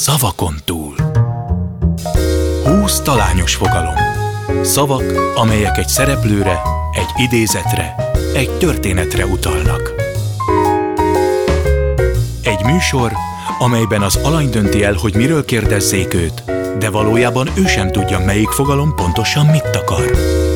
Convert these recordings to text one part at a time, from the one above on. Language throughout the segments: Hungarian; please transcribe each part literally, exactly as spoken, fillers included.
Szavakon túl. Húsz talányos fogalom. Szavak, amelyek egy szereplőre, egy idézetre, egy történetre utalnak. Egy műsor, amelyben az alany dönti el, hogy miről kérdezzék őt, de valójában ő sem tudja, melyik fogalom pontosan mit akar.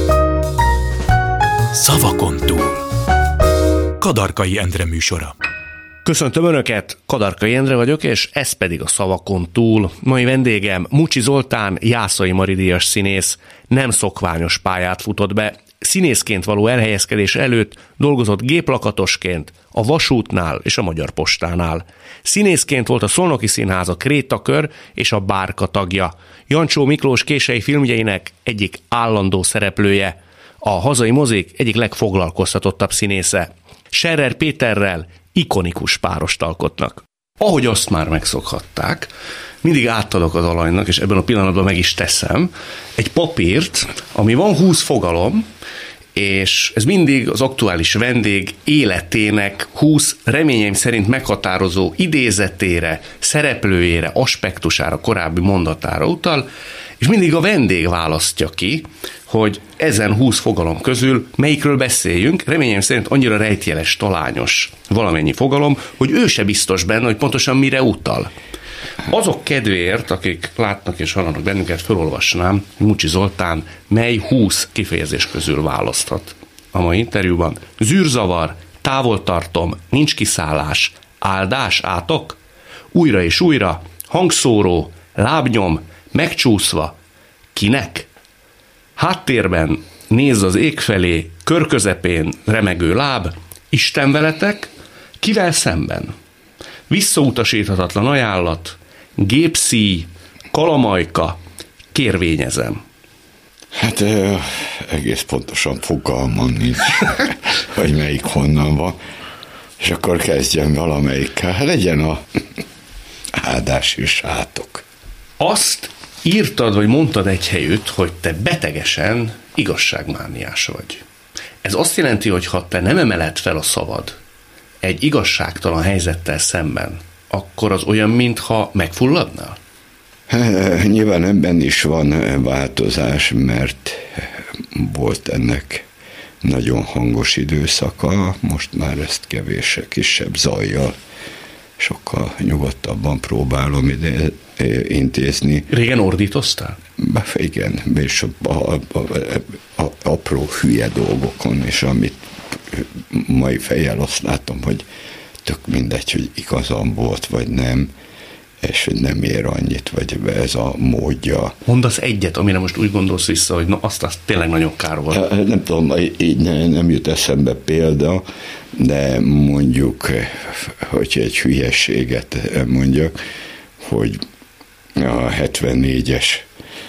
Szavakon túl. Kadarkai Endre műsora. Köszöntöm Önöket, Kadarkai Endre vagyok, és ez pedig a Szavakon túl. Mai vendégem Mucsi Zoltán, Jászai Mari díjas színész, nem szokványos pályát futott be. Színészként való elhelyezkedés előtt dolgozott géplakatosként a Vasútnál és a Magyar Postánál. Színészként volt a Szolnoki Színház, a Krétakör és a Bárka tagja. Jancsó Miklós kései filmjeinek egyik állandó szereplője, a hazai mozik egyik legfoglalkoztatottabb színésze. Scherer Péterrel ikonikus párost alkotnak. Ahogy azt már megszokhatták, mindig átadok az alanynak, és ebben a pillanatban meg is teszem, egy papírt, ami van húsz fogalom, és ez mindig az aktuális vendég életének húsz reményeim szerint meghatározó idézetére, szereplőjére, aspektusára, korábbi mondatára utal, és mindig a vendég választja ki, hogy ezen húsz fogalom közül melyikről beszéljünk. Reményeim szerint annyira rejtjeles, talányos valamennyi fogalom, hogy ő se biztos benne, hogy pontosan mire utal. Azok kedvéért, akik látnak és hallanak bennünket, felolvasnám, Mucsi Zoltán mely húsz kifejezés közül választhat a mai interjúban. Zűrzavar, távoltartom, nincs kiszállás, áldás, átok, újra és újra, hangszóró, lábnyom, megcsúszva, kinek? Háttérben nézz az ég felé, kör közepén remegő láb, Isten veletek, kivel szemben? Visszautasíthatatlan ajánlat, gépszíj, kalamajka, kérvényezem. Hát ö, egész pontosan fogalmam nincs, hogy melyik honnan van, és akkor kezdjem valamelyikkel. Hát legyen a áldás és átok. Azt írtad, vagy mondtad egy helyütt, hogy te betegesen igazságmániás vagy. Ez azt jelenti, hogy ha te nem emeled fel a szavad egy igazságtalan helyzettel szemben, akkor az olyan, mintha megfulladnál? Nyilván ebben is van változás, mert volt ennek nagyon hangos időszaka, most már ezt kevés, kisebb zajjal, sokkal nyugodtabban próbálom ide intézni. Régen ordítoztál? Igen, és a, a, a, a, apró hülye dolgokon, és amit mai fejjel azt látom, hogy tök mindegy, hogy igazam volt, vagy nem, és hogy nem ér annyit, vagy ez a módja. Mondasz egyet, amire most úgy gondolsz vissza, hogy na, azt, azt tényleg nagyon kár volt. Nem tudom, így nem jut eszembe példa, de mondjuk, hogy egy hülyességet mondjak, hogy a hetvennégyes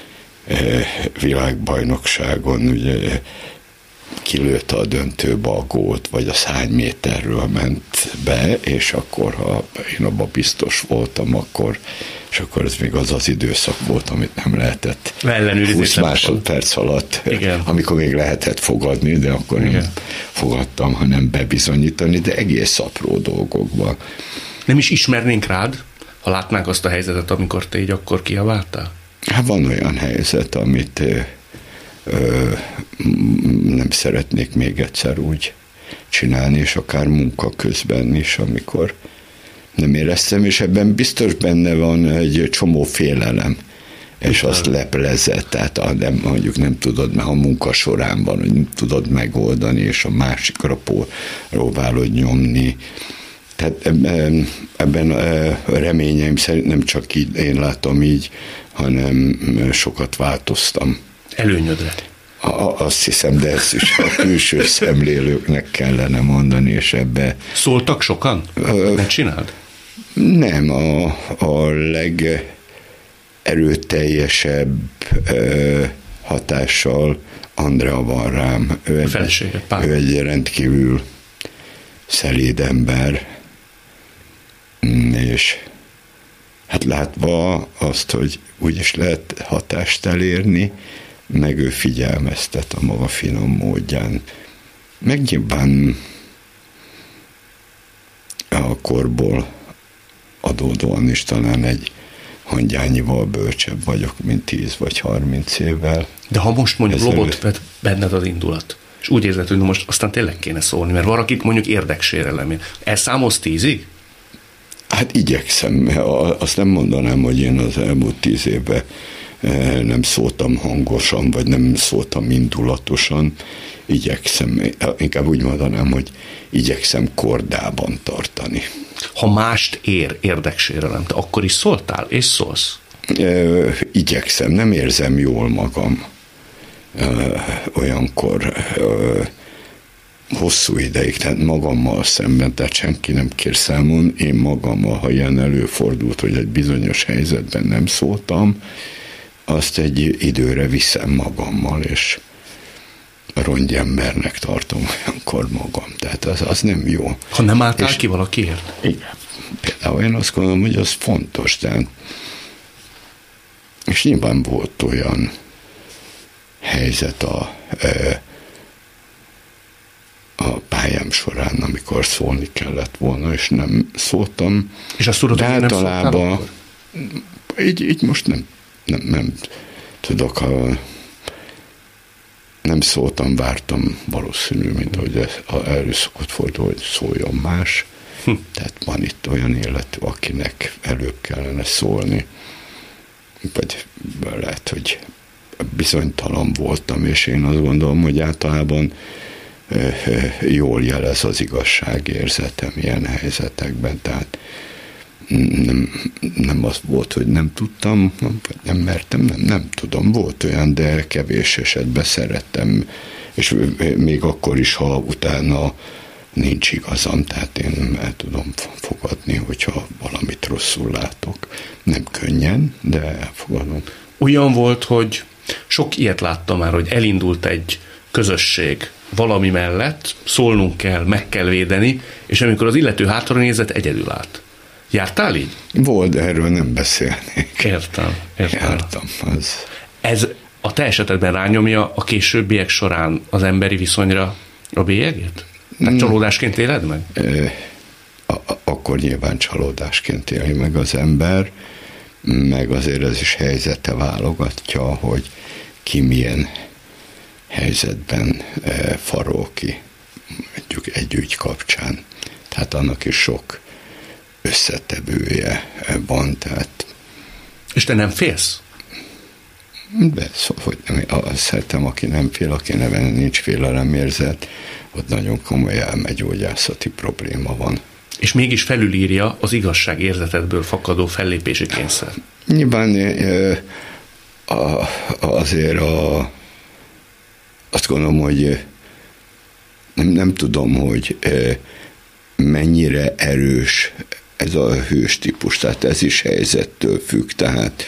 világbajnokságon ugye kilőtte a döntőbe a gólt, vagy az hány méterről ment be, és akkor, ha én abban biztos voltam, akkor, és akkor ez még az az időszak volt, amit nem lehetett húsz másodperc alatt, igen, amikor még lehetett fogadni, de akkor igen, nem fogadtam, hanem bebizonyítani, de egész apró dolgokban. Nem is ismernénk rád, ha látnánk azt a helyzetet, amikor te így akkor kiabáltál? Hát van olyan helyzet, amit ö, ö, nem szeretnék még egyszer úgy csinálni, és akár munka közben is, amikor nem éreztem, és ebben biztos benne van egy csomó félelem, és Utána. azt leplezett, tehát nem, mondjuk nem tudod, mert a munka során van, hogy nem tudod megoldani, és a másikra próbálod nyomni. Tehát ebben, ebben a reményeim szerint nem csak így, én látom így, hanem sokat változtam. Előnyödre. A, azt hiszem, de ezt is a külső szemlélőknek kellene mondani, és ebbe... Szóltak sokan? Ne csináld? Nem, a, a legerőteljesebb ö, hatással Andrea van rám. Ő egy, felesége, Pál. Ő egy rendkívül szelíd ember, és hát látva azt, hogy úgyis lehet hatást elérni, meg ő figyelmeztet a maga finom módján. Meg nyilván a korból adódóan is talán egy hangyányival bölcsebb vagyok, mint tíz vagy harminc évvel. De ha most mondjuk Ezelőtt... lobott benned az indulat, és úgy érzed, hogy most aztán tényleg kéne szólni, mert valakit mondjuk érdeksérelem. Elszámolsz tízig? Hát igyekszem. Azt nem mondanám, hogy én az elmúlt tíz évben nem szóltam hangosan, vagy nem szóltam indulatosan. Igyekszem, inkább úgy mondanám, hogy igyekszem kordában tartani. Ha mást ér érdeksérelem, te akkor is szóltál, és szólsz? Igyekszem, nem érzem jól magam. Olyankor hosszú ideig, tehát magammal szemben, tehát senki nem kér számon, én magammal, ha ilyen előfordult, hogy egy bizonyos helyzetben nem szóltam, azt egy időre viszem magammal, és rongyembernek tartom olyankor magam. Tehát az, az nem jó. Ha nem álltál és ki valakiért? Igen. Például én azt gondolom, hogy az fontos, tehát és nyilván volt olyan helyzet a, a pályám során, amikor szólni kellett volna, és nem szóltam. És azt tudod, de hogy általában nem így, így most nem, nem, nem tudok, a, nem szóltam, vártam valószínű, mint hogy elő szokott fordulni, hogy szóljon más. Hm. Tehát van itt olyan illető, akinek előbb kellene szólni, vagy lehet, hogy bizonytalan voltam, és én azt gondolom, hogy általában jól jelez az igazságérzetem ilyen helyzetekben, tehát nem, nem az volt, hogy nem tudtam, vagy nem mertem, nem, nem tudom, volt olyan, de kevés esetben szerettem, és még akkor is, ha utána nincs igazam, tehát én el tudom fogadni, hogyha valamit rosszul látok. Nem könnyen, de elfogadom. Olyan volt, hogy sok ilyet láttam már, hogy elindult egy közösség valami mellett, szólnunk kell, meg kell védeni, és amikor az illető hátra nézett, egyedül állt. Jártál így? Volt, de erről nem beszélnék. Értem, értem. Jártam, az. Ez a te esetedben rányomja a későbbiek során az emberi viszonyra a bélyegét? Tehát csalódásként éled meg? Akkor nyilván csalódásként éli meg az ember, meg azért ez is helyzete válogatja, hogy ki milyen helyzetben farol ki, mondjuk egy ügy kapcsán. Tehát annak is sok összetevője van, tehát... És te nem félsz? De szóval, hogy nem, azt szeretem, aki nem fél, aki neven nincs félelemérzet, ott nagyon komoly elmegyógyászati probléma van. És mégis felülírja az igazság érzetedből fakadó fellépési kényszer. Nyilván azért a, azt gondolom, hogy nem, nem tudom, hogy mennyire erős ez a hős típus, tehát ez is helyzettől függ, tehát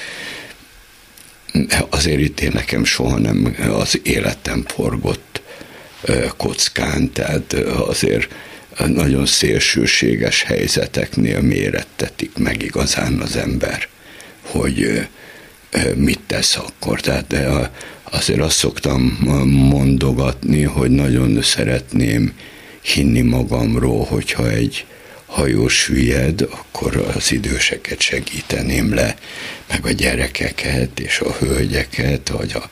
azért itt én nekem soha nem az életem forgott kockán, tehát azért nagyon szélsőséges helyzeteknél mérettetik meg igazán az ember, hogy mit tesz akkor. Tehát azért azt szoktam mondogatni, hogy nagyon szeretném hinni magamról, hogyha egy hajó süllyed, akkor az időseket segíteném le, meg a gyerekeket, és a hölgyeket, vagy a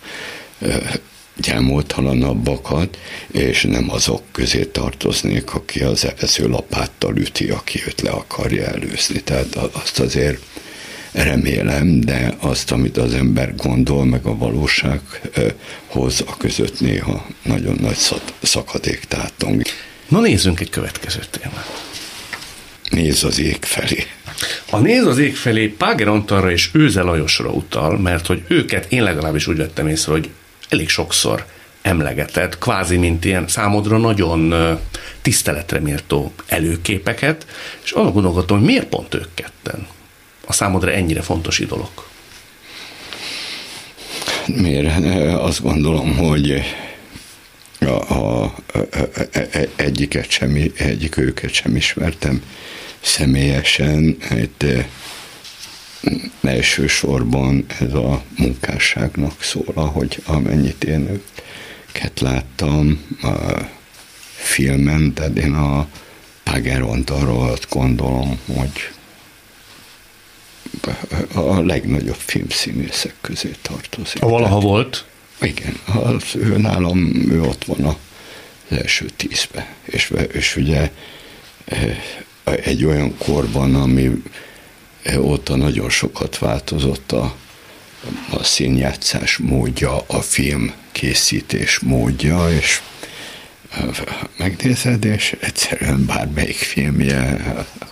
gyámoltalanabbakat, és nem azok közé tartoznék, aki az evező lapáttal üti, aki őt le akarja előzni. Tehát azt azért remélem, de azt, amit az ember gondol, meg a valósághoz, a között néha nagyon nagy szakadék tátong. Na nézzünk egy következő témát. Nézz az ég felé. A Nézz az ég felé Páger Antalra és Őze Lajosra utal, mert hogy őket én legalábbis úgy vettem észre, hogy elég sokszor emlegetett, kvázi mint ilyen számodra nagyon tiszteletre méltó előképeket, és arra gondolkodtam, hogy miért pont ők ketten a számodra ennyire fontos idolok? Miért? Azt gondolom, hogy a, a, a, egyiket sem, egyik őket sem ismertem személyesen. Itt elsősorban ez a munkásságnak szól, ahogy amennyit én őket láttam a filmen, tehát én a Páger Antalról gondolom, hogy a legnagyobb filmszínészek közé tartozik. A valaha tehát, volt? Igen, az, ő nálam, ő ott van az első tízbe. És, és ugye egy olyan korban, ami óta nagyon sokat változott a, a színjátszás módja, a film készítés módja, és megnézed, és egyszerűen bármelyik filmje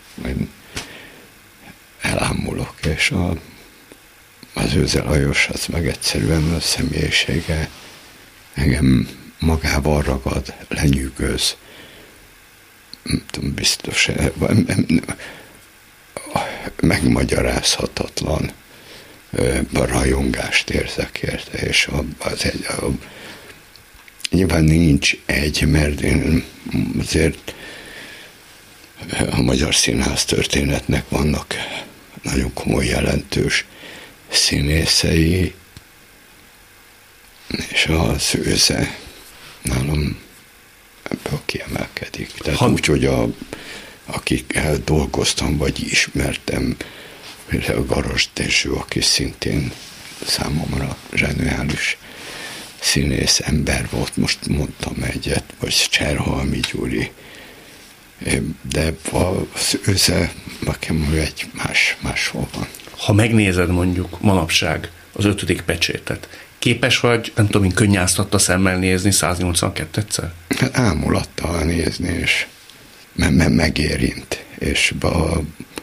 elámulok, és a, az Őze Lajos, az meg egyszerűen a személyisége engem magával ragad, lenyűgöz. Nem tudom, biztos, megmagyarázhatatlan rajongást érzek érte, és az egy, a, nyilván nincs egy, mert én azért a magyar színház történetnek vannak nagyon komoly, jelentős színészei, és az Őze nálam ebből kiemelkedik. Tehát ha... úgy, hogy a, akikkel dolgoztam, vagy ismertem, például Garas Dezső, aki szintén számomra zseniális színész ember volt, most mondtam egyet, vagy Cserhalmi Gyuri, de az Őze nekem egy más, máshol van. Ha megnézed mondjuk manapság az ötödik pecsétet, képes vagy, nem tudom, én könnyáztatta szemmel nézni száznyolcvankettőszer? Hát ámulattal nézni, és me- me- megérint, és a,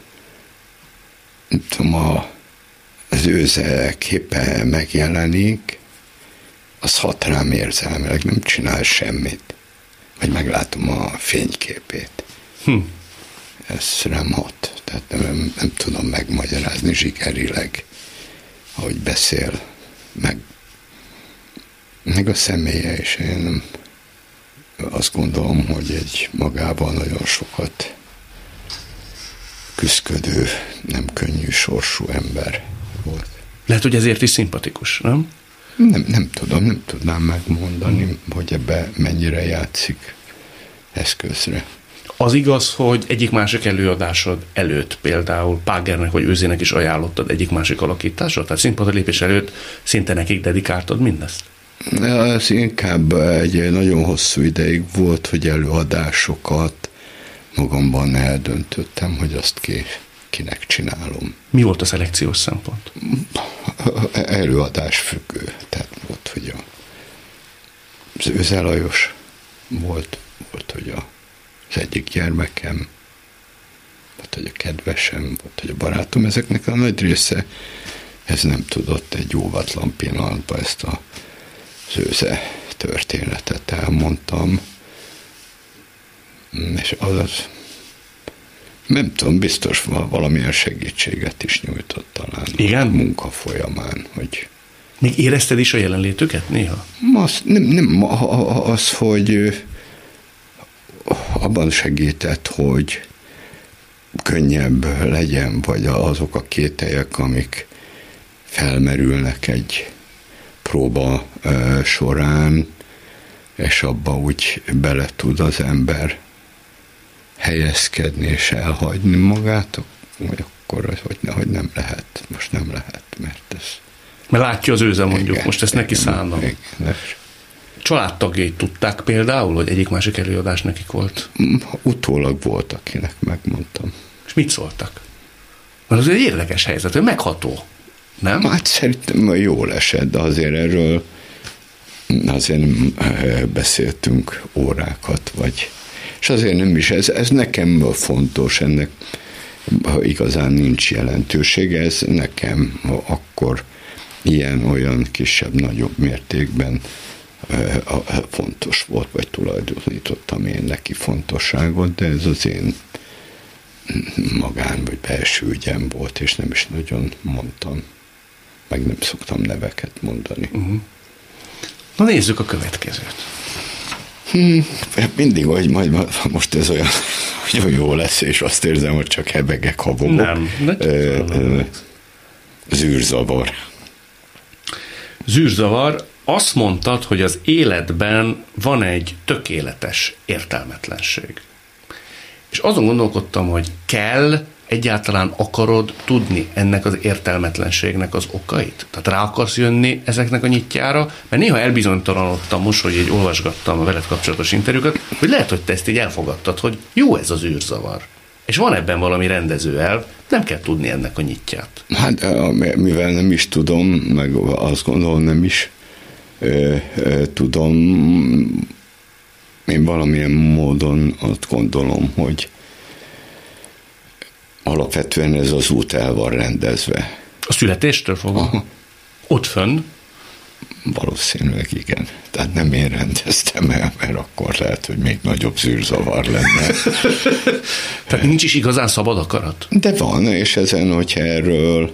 nem tudom, a, az Őze képe megjelenik, az hat rám érzelmileg, nem csinál semmit. Vagy meglátom a fényképét. Hm. Ez rám hat. Tehát nem, nem tudom megmagyarázni zsigerileg, ahogy beszél, meg, meg a személye, és én azt gondolom, hogy egy magában nagyon sokat küszködő, nem könnyű sorsú ember volt. Lehet, hogy ezért is szimpatikus, nem? Nem, nem tudom, nem tudnám megmondani, hmm. hogy ebbe mennyire játszik eszközre. Az igaz, hogy egyik-másik előadásod előtt például Págernek vagy Őzének is ajánlottad egyik-másik alakításot? Tehát színpadra lépés előtt szinte nekik dedikáltad mindezt? Ez inkább egy nagyon hosszú ideig volt, hogy előadásokat magamban eldöntöttem, hogy azt ki, kinek csinálom. Mi volt a szelekciós szempont? Előadás függő. Tehát volt, hogy a, az Őze Lajos volt, volt, hogy a, az egyik gyermekem, volt, hogy a kedvesem, volt, hogy a barátom. Ezeknek a nagy része ez nem tudott egy óvatlan pillanatban ezt a, az Őze történetet elmondtam. És az, az nem tudom, biztos valamilyen segítséget is nyújtott talán. Igen? A munka folyamán, hogy... Még érezted is a jelenlétüket néha? Az, nem, nem, az, hogy abban segített, hogy könnyebb legyen, vagy azok a kételyek, amik felmerülnek egy próba során, és abba úgy bele tud az ember helyezkedni és elhagyni magát, vagy akkor, hogy, hogy nem lehet, most nem lehet, mert ez... Mert látja az Őze mondjuk, igen, most ezt neki igen, szánnom. Igen. Családtagjait tudták például, hogy egyik-másik előadás nekik volt? Utólag volt, akinek megmondtam. És mit szóltak? Mert az egy érdekes helyzet, hogy megható, nem? Hát szerintem jól esett, de azért erről azért nem beszéltünk órákat, vagy és azért nem is, ez, ez nekem fontos, ennek igazán nincs jelentősége, ez nekem akkor ilyen-olyan kisebb-nagyobb mértékben fontos volt, vagy tulajdonítottam én neki fontosságot, de ez az én magán, vagy belső ügyem volt, és nem is nagyon mondtam. Meg nem szoktam neveket mondani. Uh-huh. Na nézzük a következőt. Hmm, mindig, hogy majd most ez olyan, hogy jó lesz, és azt érzem, hogy csak hebegek, habogok. Nem, nem. Zűrzavar. Zűrzavar. Azt mondtad, hogy az életben van egy tökéletes értelmetlenség. És azon gondolkodtam, hogy kell, egyáltalán akarod tudni ennek az értelmetlenségnek az okait? Tehát rá akarsz jönni ezeknek a nyitjára? Mert néha elbizonytalanodtam most, hogy így olvasgattam a veled kapcsolatos interjúkat, hogy lehet, hogy te ezt így elfogadtad, hogy jó ez az űrzavar. És van ebben valami rendező elv, nem kell tudni ennek a nyitját. Hát mivel nem is tudom, meg azt gondolom nem is ö, ö, tudom, én valamilyen módon azt gondolom, hogy alapvetően ez az út el van rendezve. A születéstől fogva? Aha. Ott fönn? Valószínűleg igen. Tehát nem én rendeztem el, mert akkor lehet, hogy még nagyobb zűrzavar lenne. Tehát nincs is igazán szabad akarat? De van, és ezen, hogyha erről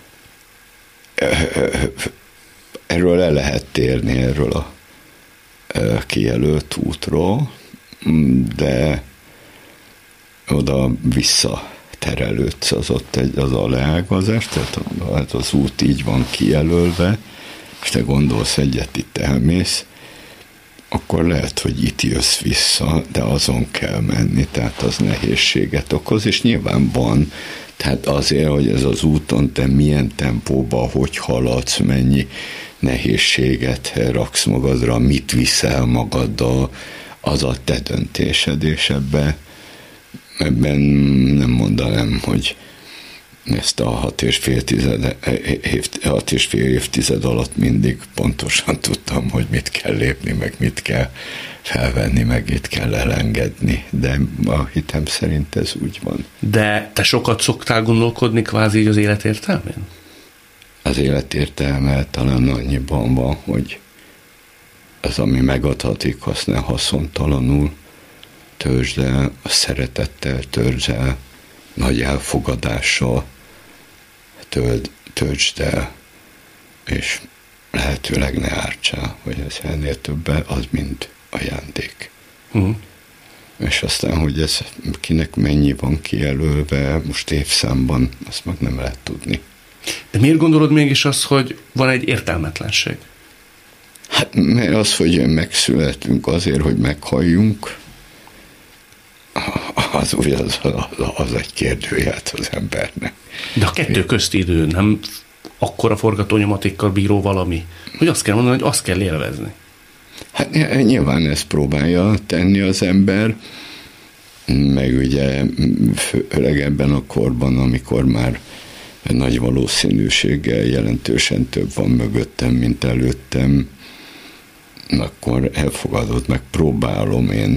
erről le lehet térni, erről a kijelölt útról, de oda vissza terelődsz, az ott egy, az a leágazás, tehát hát az út így van kijelölve, és te gondolsz egyet, itt elmész, akkor lehet, hogy itt jössz vissza, de azon kell menni, tehát az nehézséget okoz, és nyilván van, tehát azért, hogy ez az úton te milyen tempóban, hogy haladsz, mennyi nehézséget raksz magadra, mit viszel magaddal, az a te döntésed, és ebben, ebben nem mondanám, hogy ezt a hat és fél, tized, hat és fél évtized alatt mindig pontosan tudtam, hogy mit kell lépni, meg mit kell felvenni, meg mit kell elengedni, de a hitem szerint ez úgy van. De te sokat szoktál gondolkodni kvázi így az élet értelmén? Az élet értelme talán annyiban van, hogy az, ami megadhatik, azt ne haszontalanul töltsd el, a szeretettel töltsd el, nagy elfogadással töld, töltsd el, és lehetőleg ne ártsál, hogy ez ennél többen, az mind ajándék. Uh-huh. És aztán, hogy ez kinek mennyi van kijelölve, most évszámban, azt meg nem lehet tudni. De miért gondolod mégis azt, hogy van egy értelmetlenség? Hát mert az, hogy megszületünk azért, hogy meghalljunk, az, az, az, az egy kérdőját az embernek. De a kettő közti idő nem akkora forgatónyomatikkal bíró valami, hogy azt kell mondani, hogy azt kell élvezni. Hát nyilván ezt próbálja tenni az ember, meg ugye főleg ebben a korban, amikor már nagy valószínűséggel jelentősen több van mögöttem, mint előttem, akkor elfogadod, meg próbálom én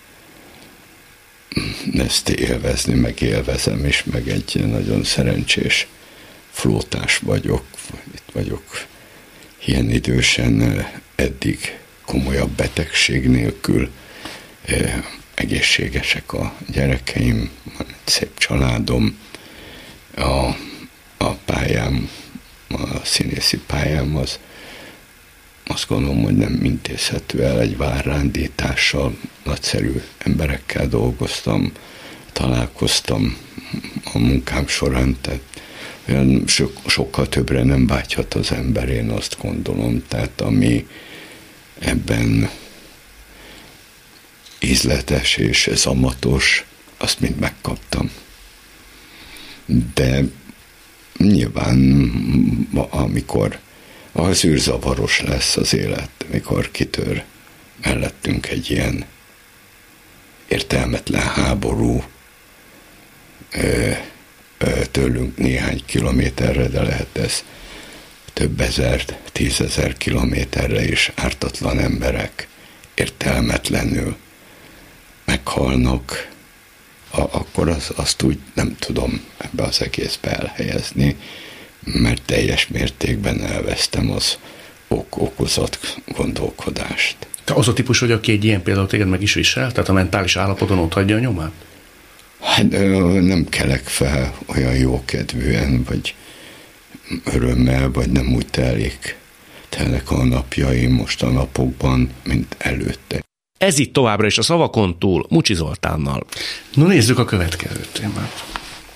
ezt élvezni, meg élvezem is, meg egy nagyon szerencsés flótás vagyok. Itt vagyok ilyen idősen, eddig komolyabb betegség nélkül, egészségesek a gyerekeim, van egy szép családom, a, a pályám, a színészi pályám az azt gondolom, hogy nem intézhető el egy várrándítással, nagyszerű emberekkel dolgoztam, találkoztam a munkám során, tehát olyan so, sokkal többre nem vágyhat az ember, én azt gondolom, tehát ami ebben ízletes és zamatos, azt mind megkaptam. De nyilván amikor az űrzavaros lesz az élet, mikor kitör mellettünk egy ilyen értelmetlen háború, ö, ö, tőlünk néhány kilométerre, de lehet ez több ezer, tízezer kilométerre is ártatlan emberek értelmetlenül meghalnak, a, akkor az, azt úgy nem tudom ebbe az egészbe elhelyezni, mert teljes mértékben elvesztem az ok-okozat gondolkodást. Te az a típus vagy, aki egy ilyen például téged meg is visel? Tehát a mentális állapodon ott hagyja a nyomát? Hát nem kelek fel olyan jókedvűen, vagy örömmel, vagy nem úgy telik, telnek a napjaim most a napokban, mint előtte. Ez itt továbbra is a Szavakon túl, Mucsi Zoltánnal. No, nézzük a következő témát.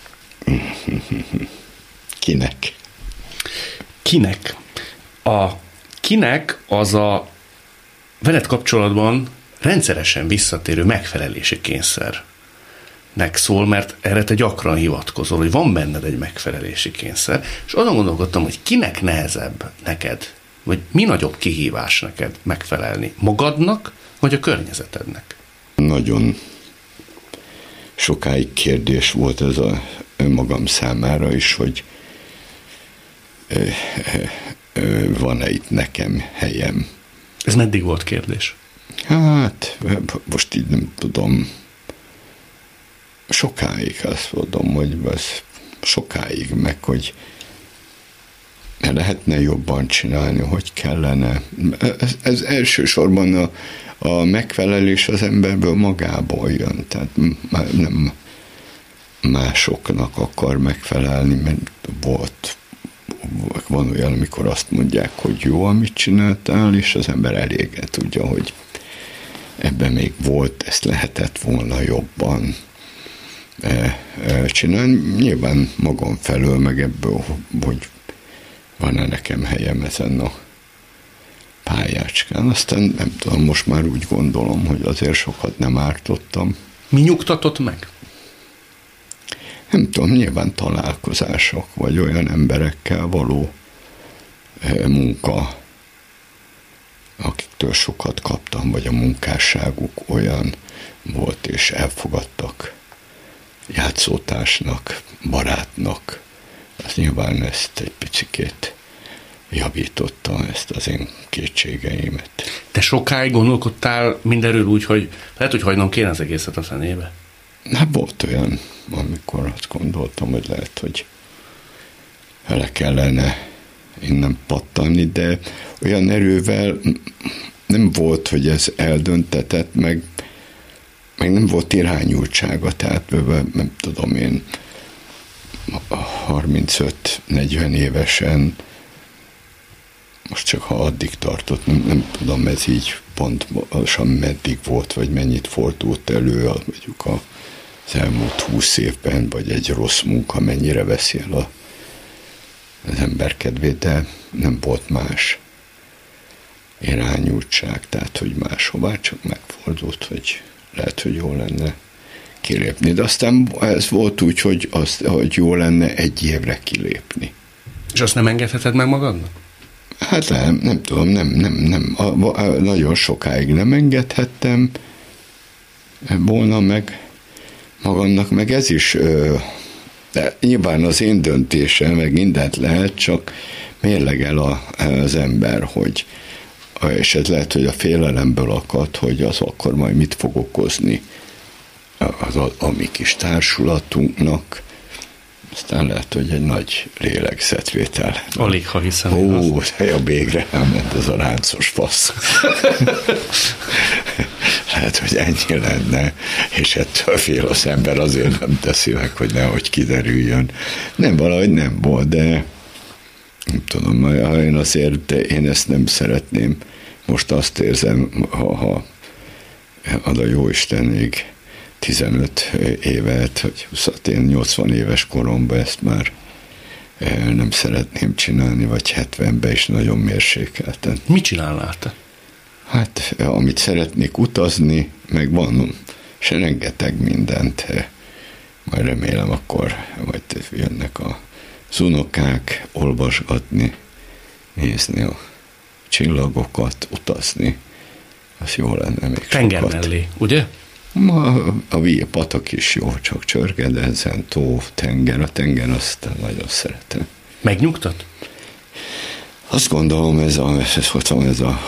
Kinek? Kinek? A kinek az a veled kapcsolatban rendszeresen visszatérő megfelelési kényszer. nek szól, mert erre te gyakran hivatkozol, hogy van benned egy megfelelési kényszer, és azon gondolkodtam, hogy kinek nehezebb neked, vagy mi nagyobb kihívás neked megfelelni? Magadnak, vagy a környezetednek? Nagyon sokáig kérdés volt ez a önmagam számára is, hogy ö, ö, ö, van-e itt nekem helyem. Ez meddig volt kérdés? Hát, most így nem tudom. Sokáig azt mondom, hogy ez sokáig, meg hogy lehetne jobban csinálni, hogy kellene. Ez, ez elsősorban a, a megfelelés az emberből magából jön, tehát nem másoknak akar megfelelni, mert volt, van olyan, amikor azt mondják, hogy jó, amit csináltál, és az ember eléggé tudja, hogy ebben még volt, ezt lehetett volna jobban csinálni. Nyilván magam felől, meg ebből, hogy van-e nekem helyem ezen a pályácskán. Aztán nem tudom, most már úgy gondolom, hogy azért sokat nem ártottam. Mi nyugtatott meg? Nem tudom, nyilván találkozások, vagy olyan emberekkel való munka, akiktől sokat kaptam, vagy a munkásságuk olyan volt, és elfogadtak játszótársnak, barátnak. Az nyilván ezt egy picikét javította, ezt az én kétségeimet. Te sokáig gondolkodtál mindenről úgy, hogy lehet, hogy hagynom kéne az egészet a fenébe? Hát volt olyan, amikor azt gondoltam, hogy lehet, hogy le kellene innen pattanni, de olyan erővel nem volt, hogy ez eldöntetett, meg, meg nem volt irányultsága, tehát nem tudom én, harmincöt-negyven évesen, most csak ha addig tartott, nem, nem tudom, ez így pontosan meddig volt, vagy mennyit fordult elő, mondjuk az elmúlt húsz évben, vagy egy rossz munka mennyire veszi el a, az ember kedvét, de nem volt más irányultság, tehát hogy máshová, csak megfordult, hogy lehet, hogy jó lenne kilépni. De aztán ez volt úgy, hogy, az, hogy jó lenne egy évre kilépni. És azt nem engedheted meg magadnak? Hát nem, nem tudom, nem, nem, nem. A, a, nagyon sokáig nem engedhettem volna meg magamnak, meg ez is, de nyilván az én döntésem, meg mindent lehet, csak mérlegel a, az ember, hogy és ez lehet, hogy a félelemből akad, hogy az akkor majd mit fog okozni az a, a mi kis társulatunknak. Aztán lehet, hogy egy nagy lélegzetvétel. Alig, ha hiszem. Ó, de a végre elment ez a ráncos fasz. Lehet, hogy ennyi lenne, és ettől fél az ember, azért nem teszi meg, hogy nehogy kiderüljön. Nem, valahogy nem volt, de nem tudom, én azért, de én ezt nem szeretném. Most azt érzem, ha, ha ad a jóisten még tizenöt évet, vagy húsz, én nyolcvan éves koromban ezt már nem szeretném csinálni, vagy hetvenben is nagyon mérsékelten. Mit csinálnál te? Hát, amit szeretnék utazni, meg van, és rengeteg mindent. Majd remélem, akkor majd jönnek a az unokák, olvasgatni, nézni a csillagokat, utazni, az jó lenne még tenger sokat. mellé, ugye? Ma a Víj-patak is jó, csak Csörgedezen, tó, tenger, a tenger azt nagyon szeretem. Megnyugtat? Azt gondolom, ez a, ez, ez a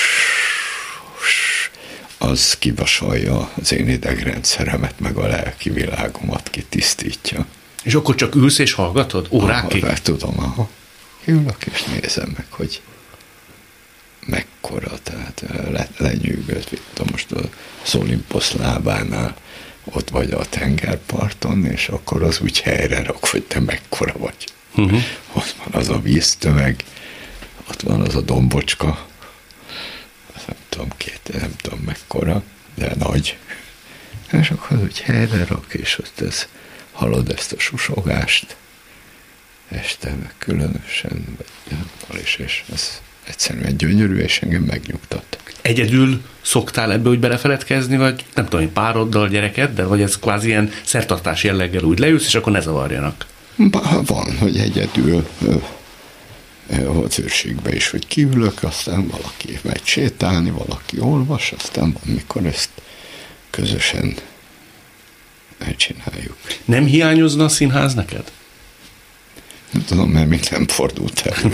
az kivasalja az én idegrendszeremet, meg a lelki világomat kitisztítja. És akkor csak ülsz és hallgatod? Órákig? Ah, tudom, aha. Ülök és nézem meg, hogy mekkora, tehát le, lenyűgöz, tudom, most az Olimposz lábánál ott vagy a tengerparton, és akkor az úgy helyre rak, hogy te mekkora vagy. Uh-huh. Ott van az a víztömeg, ott van az a dombocska, az nem tudom, két, nem tudom mekkora, de nagy. És akkor az úgy helyre rak, és ott ez hallod ezt a susogást, este meg különösen, vagy és, és ez egyszerűen gyönyörű, és engem megnyugtat. Egyedül szoktál ebbe úgy belefeledkezni, vagy nem tudom, pároddal, gyerekeddel, vagy ez kvázi ilyen szertartás jelleggel úgy leülsz, és akkor ne zavarjanak? Van, hogy egyedül az őrségbe is, hogy kiülök, aztán valaki megy sétálni, valaki olvas, aztán van, mikor ezt közösen csináljuk. Nem hiányozna a színház neked? Nem tudom, mert még nem fordult elő.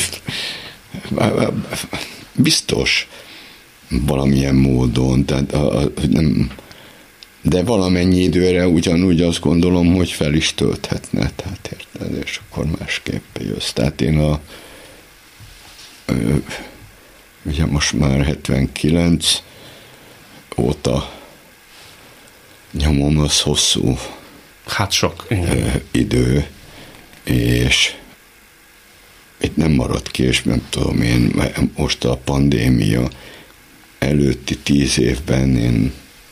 Biztos valamilyen módon, tehát a, a, nem, de valamennyi időre ugyanúgy azt gondolom, hogy fel is tölthetne, tehát érted, és akkor másképp jössz. Tehát én a ö, ugye most már hetvenkilenc óta nyomom, az hosszú Hát sok. Ö, idő, és itt nem maradt ki, és nem tudom én, most a pandémia előtti tíz évben én,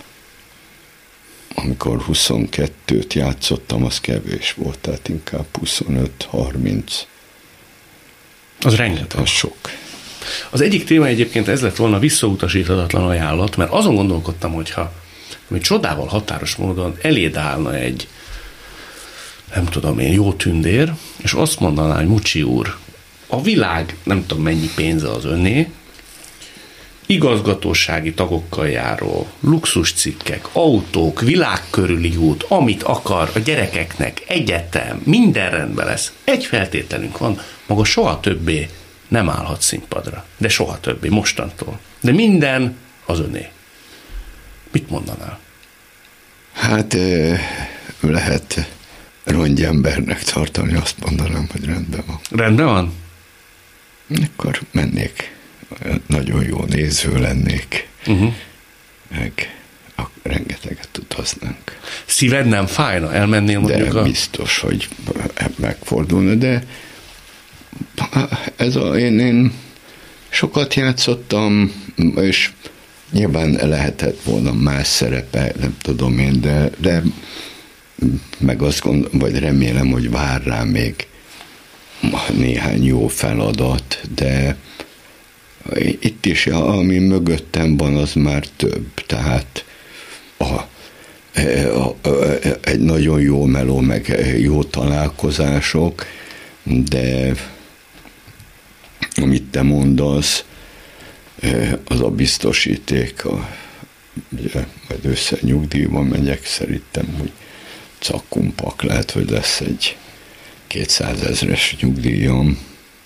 amikor huszonkettőt játszottam, az kevés volt, tehát inkább huszonöt-harminc. Az rengeteg. Az sok. Az egyik téma egyébként ez lett volna visszautasíthatatlan ajánlat, mert azon gondolkodtam, hogyha ami csodával határos módon eléd állna egy, nem tudom én, jó tündér, és azt mondaná, hogy Mucsi úr, a világ nem tudom mennyi pénze az önné, igazgatósági tagokkal járó, luxuscikkek, autók, világkörüli út, amit akar a gyerekeknek, egyetem, minden rendben lesz. Egy feltételünk van, maga soha többé nem állhat színpadra. De soha többé, mostantól. De minden az öné. Mit mondanál? Hát lehet rongyembernek tartani, azt mondanám, hogy rendben van. Rendben van? Akkor mennék, nagyon jó néző lennék, uh-huh. meg rengeteget utaznánk. Szíved nem fájna? Elmennél mondjuk de a... biztos, hogy megfordulna, de ez a, én, én sokat játszottam, és nyilván lehetett volna más szerepe, nem tudom én, de, de meg azt gondolom, vagy remélem, hogy vár rá még néhány jó feladat, de itt is, ami mögöttem van, az már több, tehát a, a, a, egy nagyon jó meló, meg jó találkozások, de amit te mondasz, az a biztosíték, a, ugye, majd össze nyugdíjban megyek, szerintem, hogy cakkumpak, lehet, hogy lesz egy kétszázezres nyugdíjam.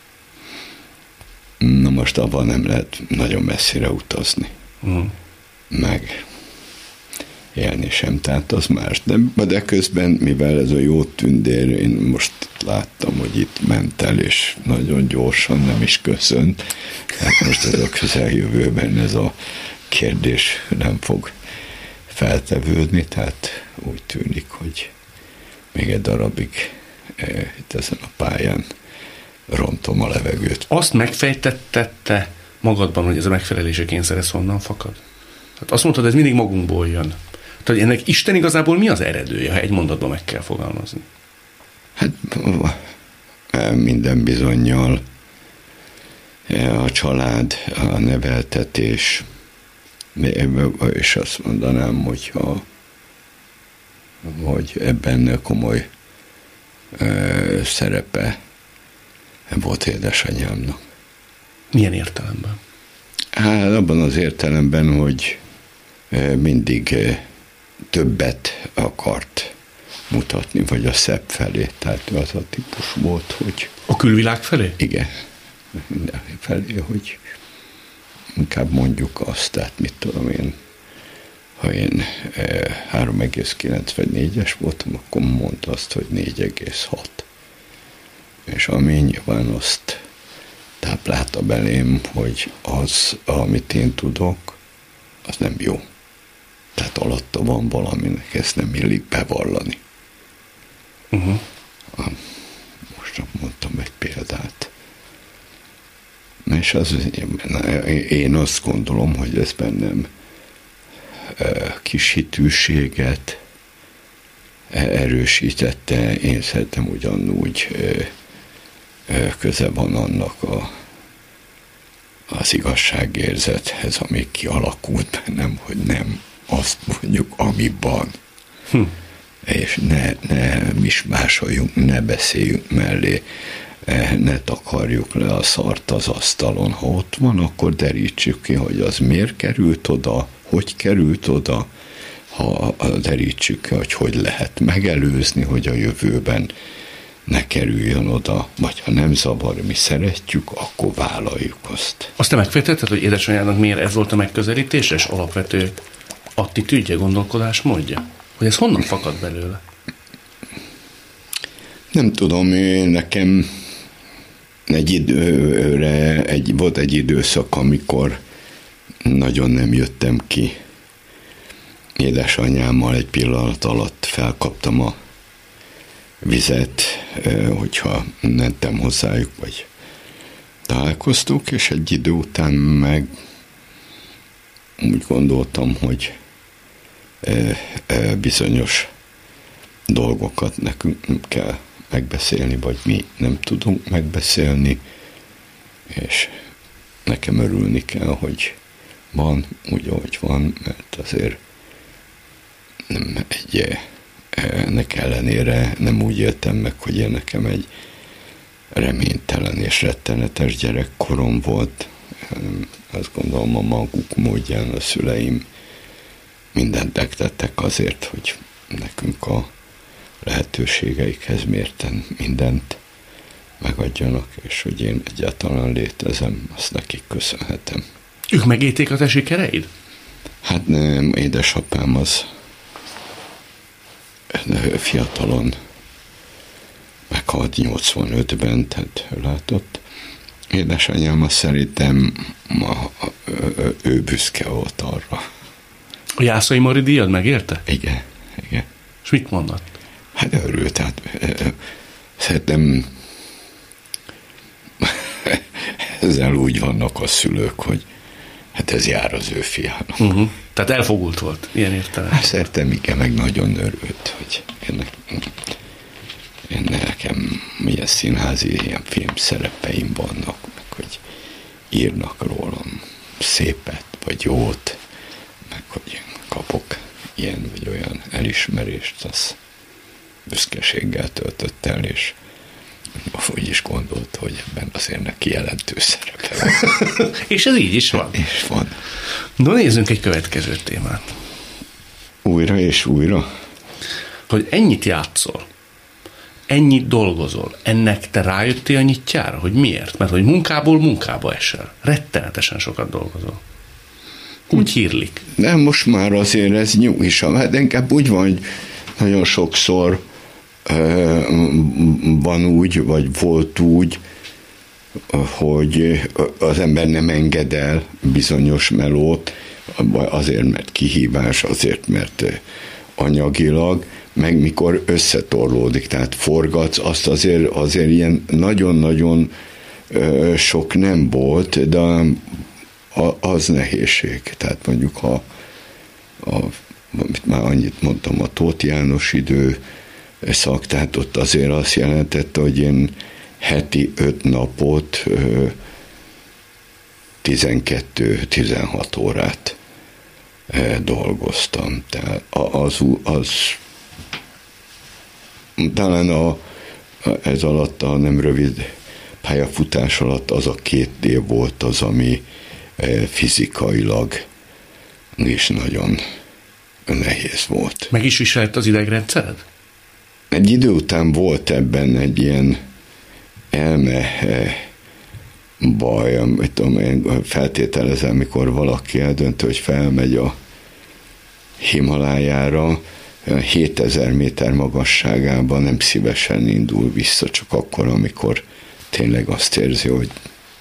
Na most abban nem lehet nagyon messzire utazni. Uh-huh. Meg élni sem, tehát az más. De, de közben, mivel ez a jó tündér, én most láttam, hogy itt ment el, és nagyon gyorsan nem is köszönt. Hát most ez a közeljövőben ez a kérdés nem fog feltevődni, tehát úgy tűnik, hogy még egy darabig eh, itt ezen a pályán rontom a levegőt. Azt megfejtettette magadban, hogy ez a megfelelési kényszer, ez honnan fakad? Hát azt mondtad, ez mindig magunkból jön. Tehát ennek Isten igazából mi az eredője, ha egy mondatban meg kell fogalmazni? Hát minden bizonnyal a család, a neveltetés, és azt mondanám, hogyha hogy ebben komoly ö, szerepe volt édesanyámnak. Milyen értelemben? Hát abban az értelemben, hogy mindig többet akart mutatni, vagy a szebb felé. Tehát az a típus volt, hogy... A külvilág felé? Igen. Minden felé, hogy inkább mondjuk azt, tehát mit tudom én, ha én három egész kilencvennégyes voltam, akkor mondta azt, hogy négy egész hat. És ami nyilván azt táplálta belém, hogy az, amit én tudok, az nem jó. Tehát alatta van valaminek, ezt nem illik bevallani. Uh-huh. Most mondtam egy példát. És az, én azt gondolom, hogy ez bennem kis hitűséget erősítette. Én szerintem ugyanúgy köze van annak a, az igazságérzethez, ami kialakult bennem, hogy nem azt mondjuk, ami van. Hm. És ne, ne mismásoljunk, ne beszéljünk mellé, ne takarjuk le a szart az asztalon. Ha ott van, akkor derítsük ki, hogy az miért került oda, hogy került oda, ha derítsük ki, hogy hogy lehet megelőzni, hogy a jövőben ne kerüljön oda, vagy ha nem zavar, mi szeretjük, akkor vállaljuk azt. Azt te megfejtetted, hogy édesanyának miért ez volt a megközelítés, és alapvető attitűdje, gondolkodásmódja? Hogy ez honnan fakad belőle? Nem tudom, én nekem egy időre, egy, volt egy időszak, amikor nagyon nem jöttem ki. Édesanyámmal egy pillanat alatt felkaptam a vizet, hogyha mentem hozzájuk, vagy találkoztuk, és egy idő után meg úgy gondoltam, hogy bizonyos dolgokat nekünk nem kell megbeszélni, vagy mi nem tudunk megbeszélni, és nekem örülni kell, hogy van úgy, ahogy van, mert azért nem egy, ennek ellenére nem úgy éltem meg, hogy én nekem egy reménytelen és rettenetes gyerekkorom volt. Azt gondolom, a maguk módján a szüleim mindent megtettek azért, hogy nekünk a lehetőségeikhez mérten mindent megadjanak, és hogy én egyáltalán létezem, azt nekik köszönhetem. Ők megélték a te sikereid? Hát nem, édesapám az fiatalon meghalt nyolcvanötben, tehát látott. Édesanyám azt szerintem ma, ő, ő büszke volt arra. A Jászai Mari díjat megérte? Igen, igen. És mit mondott? Hát örült, tehát szerintem ezzel úgy vannak a szülők, hogy hát ez jár az ő fiának. Uh-huh. Tehát elfogult volt, ilyen értelem. Hát szerintem igen, meg nagyon örült, hogy én, én nekem milyen színházi, ilyen filmszerepeim vannak, meg hogy írnak rólam szépet, vagy jót, meg hogy kapok ilyen vagy olyan elismerést, az büszkeséggel töltött el, és úgy is gondolt, hogy ebben azért neki jelentős szerepe van. És ez így is van. És van. No, nézzünk egy következő témát. Újra és újra? Hogy ennyit játszol, ennyit dolgozol, ennek te rájöttél a nyitjára? Hogy miért? Mert hogy munkából munkába esel. Rettenetesen sokat dolgozol. Úgy hírlik. De most már azért ez nyugisabb. Hát inkább úgy van, hogy nagyon sokszor uh, van úgy, vagy volt úgy, hogy az ember nem enged el bizonyos melót, azért, mert kihívás, azért, mert anyagilag, meg mikor összetorlódik, tehát forgatsz, azt azért, azért ilyen nagyon-nagyon sok nem volt, de az nehézség. Tehát mondjuk, ha a, amit már annyit mondtam, a Tóth János idő szak, tehát ott azért azt jelentette, hogy én heti öt napot tizenkettő-tizenhat órát dolgoztam. Tehát az, az talán a, ez alatt a nem rövid pályafutás alatt az a két év volt az, ami fizikailag is nagyon nehéz volt. Meg is viselt az idegrendszered? Egy idő után volt ebben egy ilyen elme baj, amit tudom, én feltételezem, mikor valaki eldöntő, hogy felmegy a Himalájára, hétezer méter magasságában nem szívesen indul vissza, csak akkor, amikor tényleg azt érzi, hogy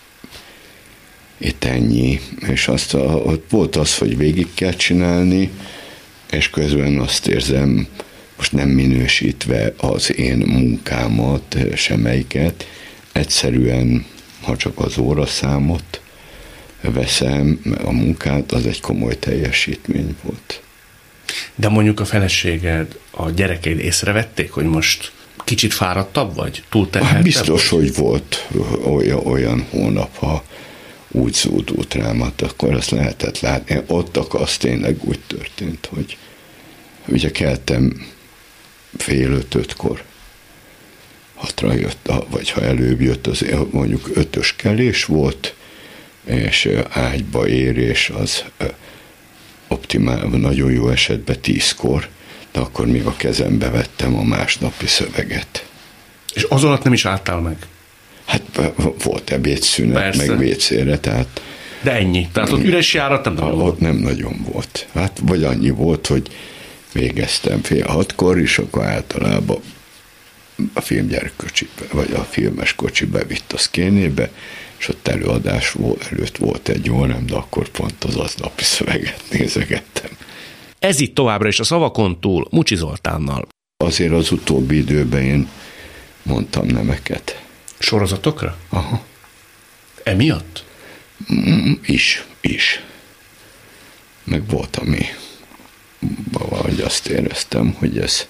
itt ennyi, és azt, ott volt az, hogy végig kell csinálni, és közben azt érzem, most nem minősítve az én munkámat, semmelyiket, egyszerűen, ha csak az óraszámot veszem, a munkát, az egy komoly teljesítmény volt. De mondjuk a feleséged, a gyerekeid észrevették, hogy most kicsit fáradtabb vagy? Túlterheltebb? Hát biztos, vagy? Hogy volt olyan, olyan hónap, ha úgy zúdult rámat, akkor azt lehetett látni. Ott az tényleg úgy történt, hogy ugye keltem fél öt-ötkor, hatra jött, vagy ha előbb jött, az mondjuk ötös kelés volt, és ágyba érés az optimál, nagyon jó esetben tízkor, de akkor még a kezembe vettem a másnapi szöveget. És az alatt nem is álltál meg? Hát volt ebédszünet, meg vécére, tehát... De ennyi? Tehát ott üres járat nem nagyon ott volt? Nem nagyon volt. Hát vagy annyi volt, hogy végeztem fél hatkor, és akkor általában a filmgyárkocsibe, vagy a filmes kocsi bevitt a szkénébe, és ott előadás volt, előtt volt egy órám, de akkor pont az aznapi szöveget nézegettem. Ez itt továbbra is a Szavakon túl Mucsi Zoltánnal. Azért az utóbbi időben én mondtam nemeket. Sorozatokra? Aha. Emiatt? Mm, is, is. Meg volt, ami valahogy azt éreztem, hogy ez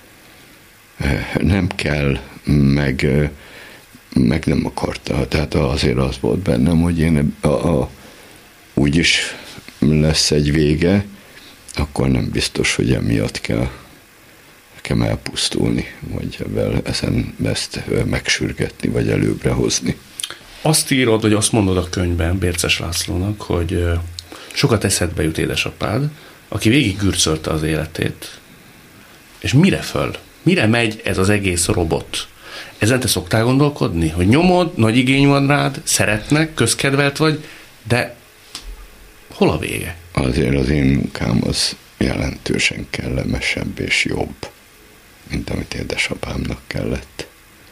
nem kell, meg, meg nem akarta. Tehát azért az volt bennem, hogy én a, a, úgyis lesz egy vége, akkor nem biztos, hogy emiatt kell nekem elpusztulni, vagy ebben ezen ezt megsürgetni, vagy előbbre hozni. Azt írod, vagy azt mondod a könyvben Bérces Lászlónak, hogy sokat eszedbe jut édesapád, aki végig gürcölte az életét, és mire föl? Mire megy ez az egész robot? Ezen te szoktál gondolkodni? Hogy nyomod, nagy igény van rád, szeretnek, közkedvelt vagy, de hol a vége? Azért az én munkám az jelentősen kellemesebb és jobb, mint amit édesapámnak kellett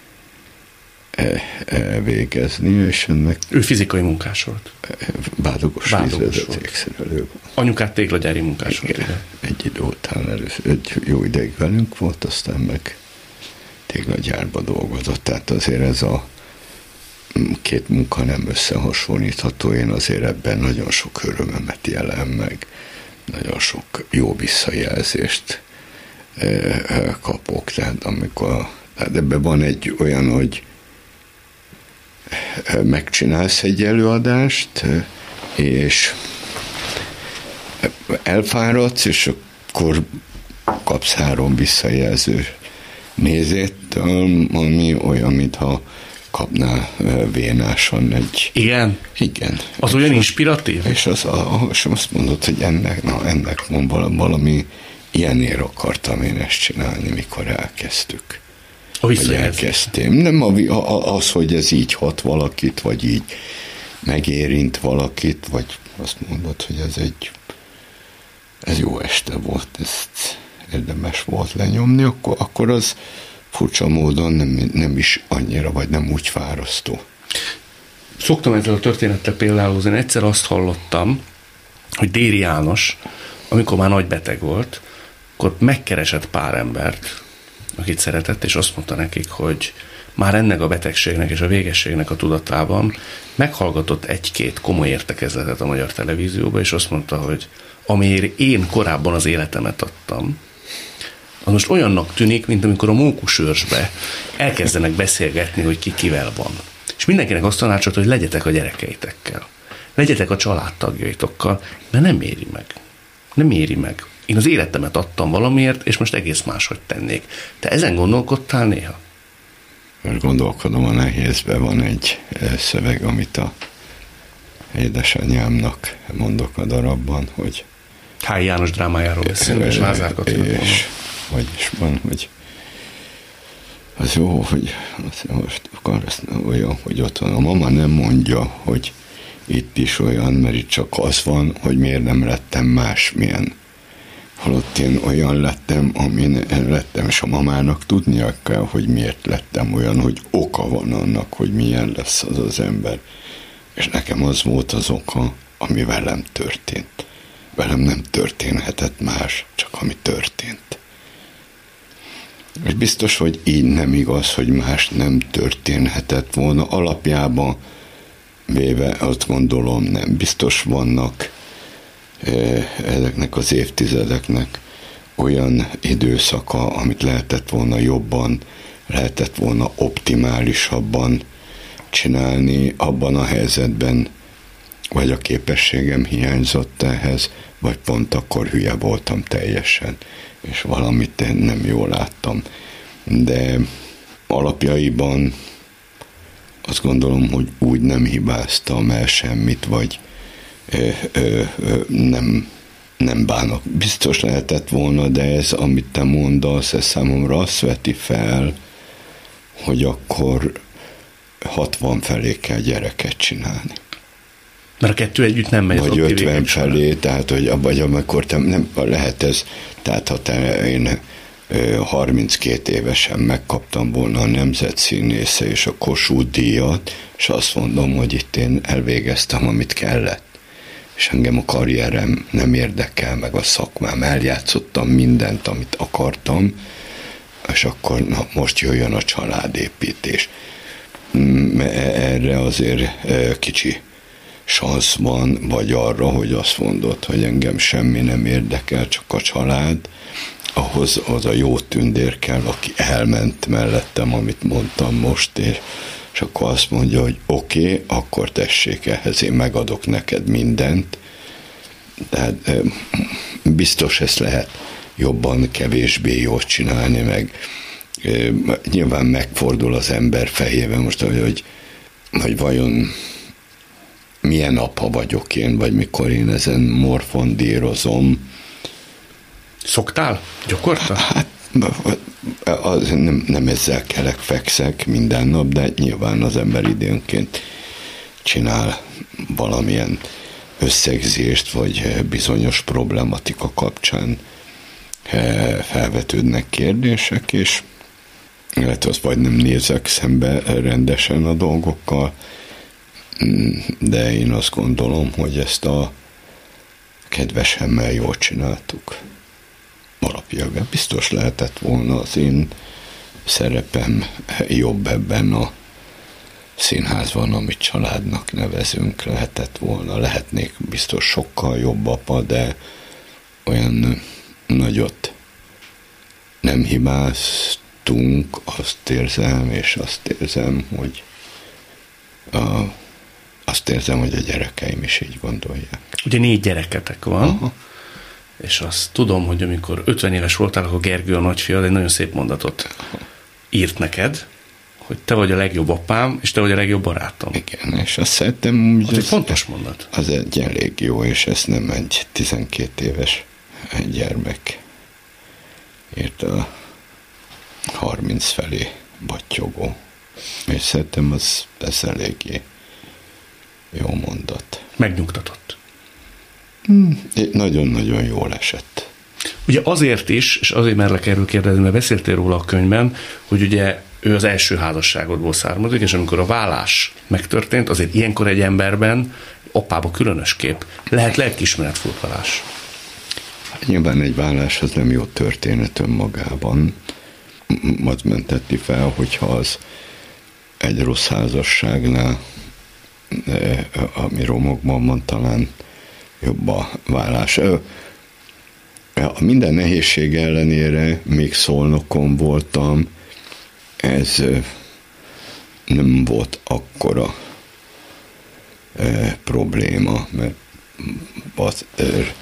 végezni, és ennek... Ő fizikai munkás volt. Bádogos, Bádogos vízvezetékszerelő volt. Anyukát téglagyári munkás volt. Igen, egy idő után először, egy jó ideig velünk volt, aztán meg téglagyárba dolgozott. Tehát azért ez a két munka nem összehasonlítható. Én azért ebben nagyon sok örömömet jelen meg, nagyon sok jó visszajelzést kapok. Tehát amikor, tehát ebben van egy olyan, hogy megcsinálsz egy előadást, és elfáradsz, és akkor kapsz három visszajelző nézét, ami olyan, mintha kapnál vénásan egy... Igen? Igen. Az olyan inspiratív? És, az, és azt mondod, hogy ennek, na, ennek van valami, ilyenért akartam én ezt csinálni, mikor elkezdtük. A elkezdtem. Nem az, hogy ez így hat valakit, vagy így megérint valakit, vagy azt mondod, hogy ez egy ez jó este volt, ezt érdemes volt lenyomni, akkor, akkor az furcsa módon nem, nem is annyira, vagy nem úgy fárasztó. Szoktam ezzel a történettel például, én egyszer azt hallottam, hogy Déri János, amikor már nagy beteg volt, akkor megkeresett pár embert, akit szeretett, és azt mondta nekik, hogy már ennek a betegségnek és a végességnek a tudatában meghallgatott egy-két komoly értekezletet a magyar televízióban, és azt mondta, hogy amiért én korábban az életemet adtam, az most olyannak tűnik, mint amikor a mókusőrsbe elkezdenek beszélgetni, hogy ki kivel van. És mindenkinek azt tanácsolt, hogy legyetek a gyerekeitekkel, legyetek a családtagjaitokkal, mert nem éri meg. Nem éri meg. Én az életemet adtam valamiért, és most egész máshogy tennék. Te ezen gondolkodtál néha? Most gondolkodom, a nehézben van egy szöveg, amit a édesanyámnak mondok a darabban, hogy Kályi János drámájáról beszélünk, és Lázár Katrinak mondom. Hogy is van, hogy az jó, hogy az most akar olyan, hogy ott van. A mama nem mondja, hogy itt is olyan, mert itt csak az van, hogy miért nem lettem másmilyen. Holott én olyan lettem, amin lettem, és a mamának tudnia kell, hogy miért lettem olyan, hogy oka van annak, hogy milyen lesz az az ember. És nekem az volt az oka, ami velem történt. Velem nem történhetett más, csak ami történt. És biztos, hogy így nem igaz, hogy más nem történhetett volna. Alapjában véve azt gondolom, nem. Biztos vannak ezeknek az évtizedeknek olyan időszaka, amit lehetett volna jobban, lehetett volna optimálisabban csinálni abban a helyzetben, vagy a képességem hiányzott ehhez, vagy pont akkor hülye voltam teljesen, és valamit én nem jól láttam. De alapjaiban azt gondolom, hogy úgy nem hibáztam el semmit, vagy ö, ö, ö, nem, nem bánok. Biztos lehetett volna, de ez, amit te mondasz, ez számomra azt veti fel, hogy akkor hatvan felé kell gyereket csinálni. Mert a kettő együtt nem megy. Vagy ötven felé, tehát, hogy vagy amikor te, nem, lehet ez, tehát ha te, én harminckét évesen megkaptam volna a nemzetszínésze és a Kossuth díjat, és azt mondom, hogy itt én elvégeztem, amit kellett. És engem a karrierem nem érdekel, meg a szakmám, eljátszottam mindent, amit akartam, és akkor na, most jöjjön a családépítés. Erre azért kicsi szansz van, vagy arra, hogy azt mondod, hogy engem semmi nem érdekel, csak a család, ahhoz az a jó tündér kell, aki elment mellettem, amit mondtam most, és, és akkor azt mondja, hogy oké, okay, akkor tessék, ehhez én megadok neked mindent. Tehát biztos ezt lehet jobban, kevésbé jól csinálni, meg nyilván megfordul az ember fejében most, hogy, hogy vajon milyen apa vagyok én, vagy mikor én ezen morfondírozom. Szoktál? Gyakorta? Hát az nem, nem ezzel kelek, fekszek minden nap, de nyilván az ember időnként csinál valamilyen összegzést, vagy bizonyos problematika kapcsán felvetődnek kérdések, és lehet, az vagy nem nézek szembe rendesen a dolgokkal, de én azt gondolom, hogy ezt a kedvesemmel jól csináltuk. Alapjában biztos lehetett volna az én szerepem jobb ebben a színházban, amit családnak nevezünk, lehetett volna, lehetnék biztos sokkal jobb apa, de olyan nagyot nem hibáztunk, azt érzem, és azt érzem, hogy a, azt érzem, hogy a gyerekeim is így gondolják. Ugye négy gyereketek van, aha. És azt tudom, hogy amikor ötven éves voltál, akkor Gergő a nagyfiad egy nagyon szép mondatot írt neked, hogy te vagy a legjobb apám, és te vagy a legjobb barátom. Igen, és azt szeretem, hogy az egy fontos mondat. Az egy elég jó, és ez nem egy tizenkét éves gyermek írt a harminc felé battyogó. És szerintem az, ez eléggé jó mondat. Megnyugtatott. Hmm, nagyon-nagyon jól esett. Ugye azért is, és azért merlek erről kérdezni, mert beszéltél róla a könyvben, hogy ugye ő az első házasságodból származik, és amikor a vállás megtörtént, azért ilyenkor egy emberben, apába különösképp, lehet lelkiismeretfurdalás. Hát nyilván egy vállás az nem jó történet önmagában. Az menteti fel, hogyha az egy rossz házasságnál, ami romokban van, talán jobb a vállás. A minden nehézség ellenére még Szolnokon voltam, ez nem volt akkora e, probléma, mert az, e,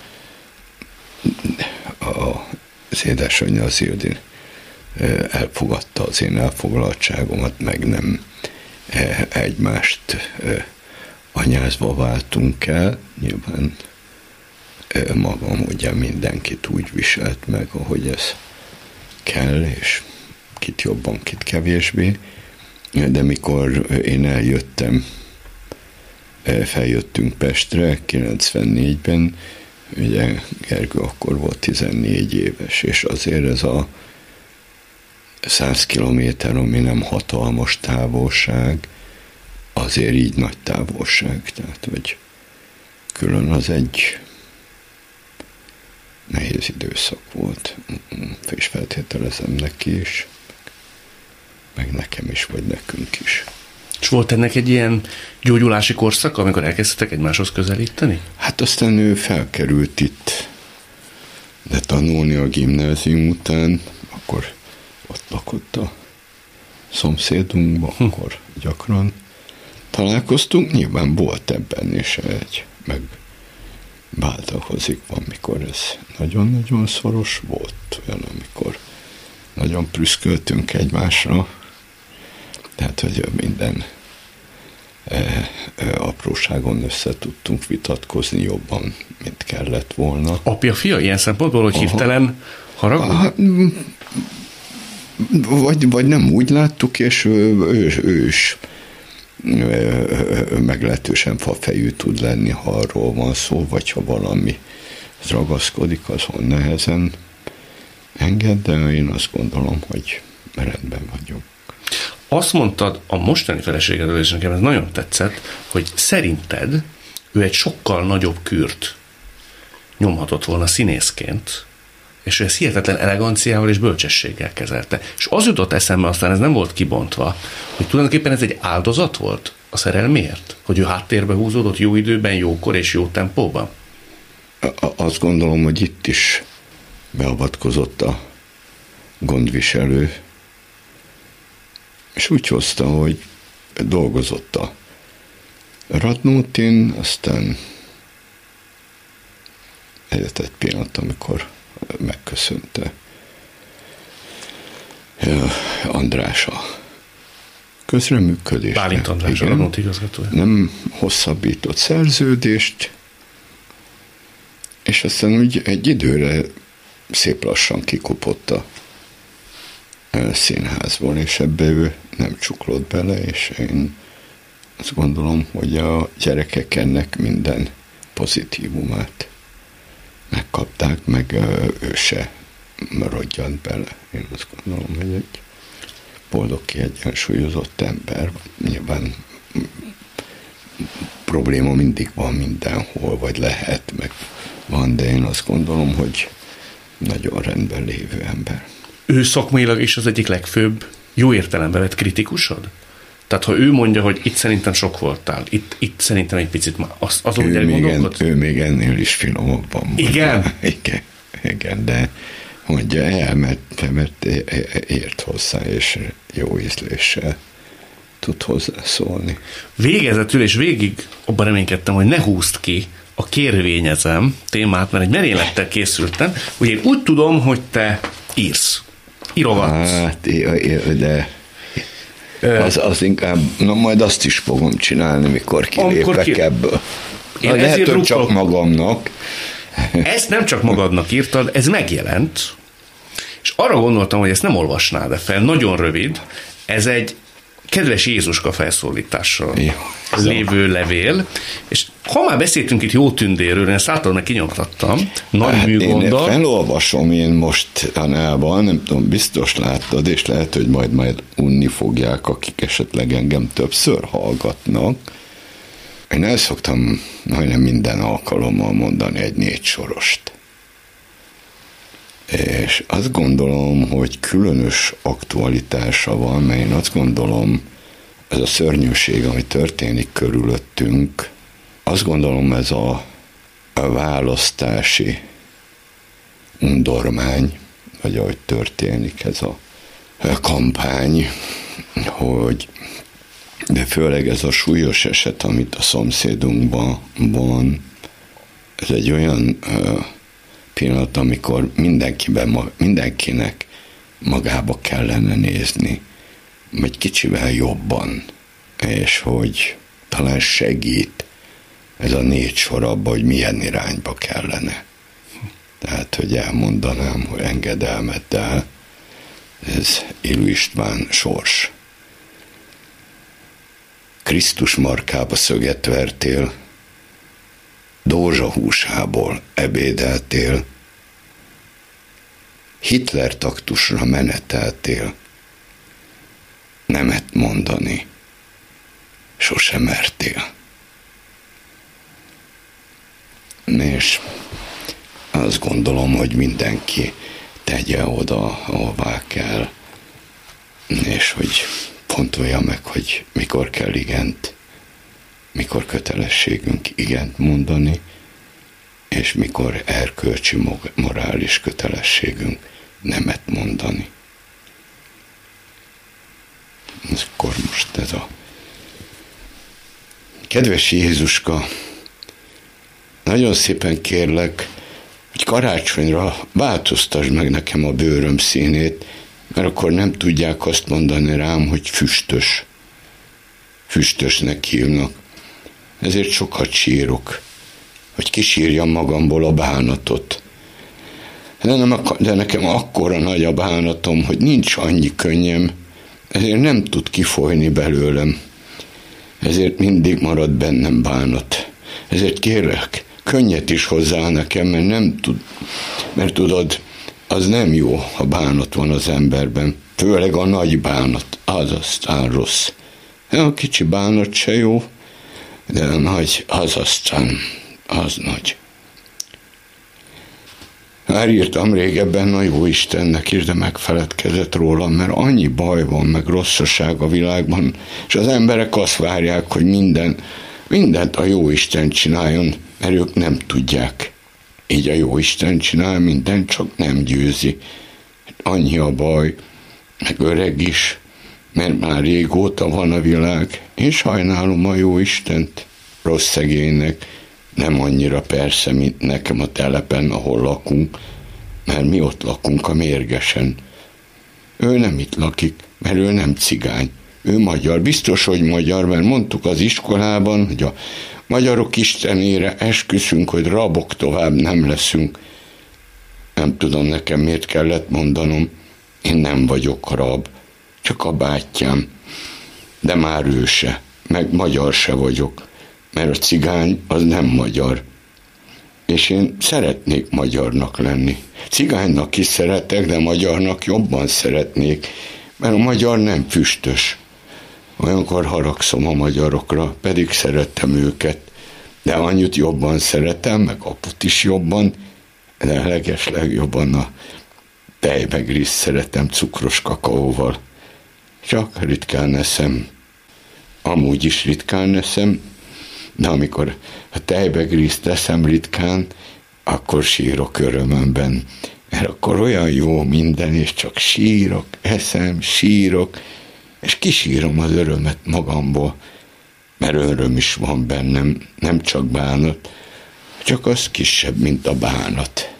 az édesanyja az Ildi e, elfogadta az én elfoglaltságomat, meg nem e, egymást e, anyázva váltunk el. Nyilván e, magam ugye mindenkit úgy viselt meg, ahogy ez kell, és kit jobban, kit kevésbé, de mikor én eljöttem, feljöttünk Pestre kilencvennégyben, ugye Gergő akkor volt tizennégy éves, és azért ez a száz kilométer, ami nem hatalmas távolság, azért így nagy távolság, tehát hogy külön az egy nehéz időszak volt, és feltételezem neki is, meg nekem is, vagy nekünk is. És volt ennek egy ilyen gyógyulási korszak, amikor elkezdtek egymáshoz közelíteni? Hát aztán ő felkerült itt, de tanulni a gimnázium után, akkor ott lakott a szomszédunkban, hm. akkor gyakran, találkoztunk, nyilván volt ebben is egy, meg váltakozik, van, mikor ez nagyon-nagyon szoros volt, olyan, amikor nagyon prüszköltünk egymásra, tehát, hogy minden e, e, apróságon össze tudtunk vitatkozni jobban, mint kellett volna. Apja, fia ilyen szempontból, hogy hirtelen haragud? Vagy, vagy nem úgy láttuk, és ő, ő, ő is meglehetősen fafejű tud lenni, ha arról van szó, vagy ha valami ragaszkodik, azon nehezen enged, de én azt gondolom, hogy rendben vagyok. Azt mondtad a mostani feleségedről, és nekem ez nagyon tetszett, hogy szerinted ő egy sokkal nagyobb kürt nyomhatott volna színészként, és ő ezt hihetetlen eleganciával és bölcsességgel kezelte. És az jutott eszembe, aztán ez nem volt kibontva, hogy tulajdonképpen ez egy áldozat volt a szerelméért? Hogy ő háttérbe húzódott jó időben, jókor és jó tempóban? Azt gondolom, hogy itt is beavatkozott a gondviselő, és úgy hozta, hogy dolgozott a Radnótin, aztán eljött egy pillanat, amikor megköszönte András a közreműködést. Bálint András, a Radnóti igazgatója. Nem hosszabbított szerződést, és aztán úgy egy időre szép lassan kikopott a színházból, és ebbe ő nem csuklott bele, és én azt gondolom, hogy a gyerekek ennek minden pozitívumát megkapták, meg ő se maradjant bele. Én azt gondolom, hogy egy boldog, kiegyensúlyozott ember. Nyilván probléma mindig van mindenhol, vagy lehet, meg van, de én azt gondolom, hogy nagyon rendben lévő ember. Ő szakmailag is az egyik legfőbb, jó értelemben vett kritikusod? Tehát ha ő mondja, hogy itt szerintem sok voltál, itt, itt szerintem egy picit az, az úgy elgondolkodsz? Ő még ennél is finomabban mondja. Igen? Igen, igen, de mondja el, mert, mert ért hozzá, és jó ízléssel tud hozzászólni. Végezetül, és végig abban reménykedtem, hogy ne húzd ki a kérvényezem témát, mert egy merénylettel készültem, hogy én úgy tudom, hogy te írsz, írogatsz. Hát, de az, az inkább, na majd azt is fogom csinálni, mikor kilépek ki... ebből. Én lehet, hogy rúgtok... csak magamnak. Ezt nem csak magadnak írtad, ez megjelent, és arra gondoltam, hogy ezt nem olvasnád fel, nagyon rövid, ez egy kedves Jézuska felszólítással jó, lévő levél, és ha már beszéltünk itt jó tündéről, én ezt általában meg kinyomtattam, nagy hát műgonddal. Én felolvasom én mostanában, nem tudom, biztos láttad, és lehet, hogy majd majd unni fogják, akik esetleg engem többször hallgatnak. Én el szoktam majdnem minden alkalommal mondani egy négy sorost. És azt gondolom, hogy különös aktualitása van, mert én azt gondolom, ez a szörnyűség, ami történik körülöttünk, azt gondolom, ez a, a választási undormány, vagy ahogy történik ez a, a kampány, hogy de főleg ez a súlyos eset, amit a szomszédunkban van, ez egy olyan uh, pillanat, amikor mindenkiben, mindenkinek magába kellene nézni, egy kicsivel jobban, és hogy talán segít ez a négy sor abba, hogy milyen irányba kellene. Tehát, hogy elmondanám, hogy engedelmeddel, ez Illő István sors. Krisztus markába szöget vertél, Dózsa húsából ebédeltél, Hitler taktusra meneteltél, nemet mondani sosem mertél. És azt gondolom, hogy mindenki tegye oda, ahová kell, és hogy fontolja meg, hogy mikor kell igent, mikor kötelességünk igent mondani, és mikor erkölcsi, morális kötelességünk nemet mondani. És akkor most ez a Kedves Jézuska, nagyon szépen kérlek, hogy karácsonyra változtasd meg nekem a bőröm színét, mert akkor nem tudják azt mondani rám, hogy füstös. Füstösnek hívnak. Ezért sokat sírok, hogy kisírjam magamból a bánatot. De, nem, de nekem akkora nagy a bánatom, hogy nincs annyi könnyem, ezért nem tud kifolyni belőlem. Ezért mindig marad bennem bánat. Ezért kérlek, könnyet is hozzá nekem, mert nem tud, mert tudod, az nem jó, ha bánat van az emberben. Főleg a nagy bánat, az aztán rossz. A kicsi bánat se jó, de a nagy, az aztán, az nagy. Már írtam régebben a jó Istennek is, de megfeledkezett rólam, mert annyi baj van, meg rosszaság a világban, és az emberek azt várják, hogy minden, mindent a jó Isten csináljon, mert ők nem tudják. Így a jó Isten csinál mindent, csak nem győzi. Annyi a baj, meg öreg is, mert már régóta van a világ. Én sajnálom a jó Istent, rossz szegénynek, nem annyira persze, mint nekem a telepen, ahol lakunk, mert mi ott lakunk a Mérgesen. Ő nem itt lakik, mert ő nem cigány. Ő magyar, biztos, hogy magyar, mert mondtuk az iskolában, hogy a magyarok istenére esküszünk, hogy rabok tovább nem leszünk. Nem tudom nekem miért kellett mondanom, én nem vagyok rab, csak a bátyám, de már ő se, meg magyar se vagyok, mert a cigány az nem magyar. És én szeretnék magyarnak lenni. Cigánynak is szeretek, de magyarnak jobban szeretnék, mert a magyar nem füstös. Olyankor haragszom a magyarokra, pedig szerettem őket, de anyut jobban szeretem, meg aput is jobban, de legesleg jobban a tejbegrízt szeretem cukros kakaóval. Csak ritkán eszem. Amúgy is ritkán eszem, de amikor a tejbegrízt eszem ritkán, akkor sírok örömömben. Mert akkor olyan jó minden, és csak sírok, eszem, sírok, és kisírom az örömet magamból, mert öröm is van bennem, nem csak bánat, csak az kisebb, mint a bánat.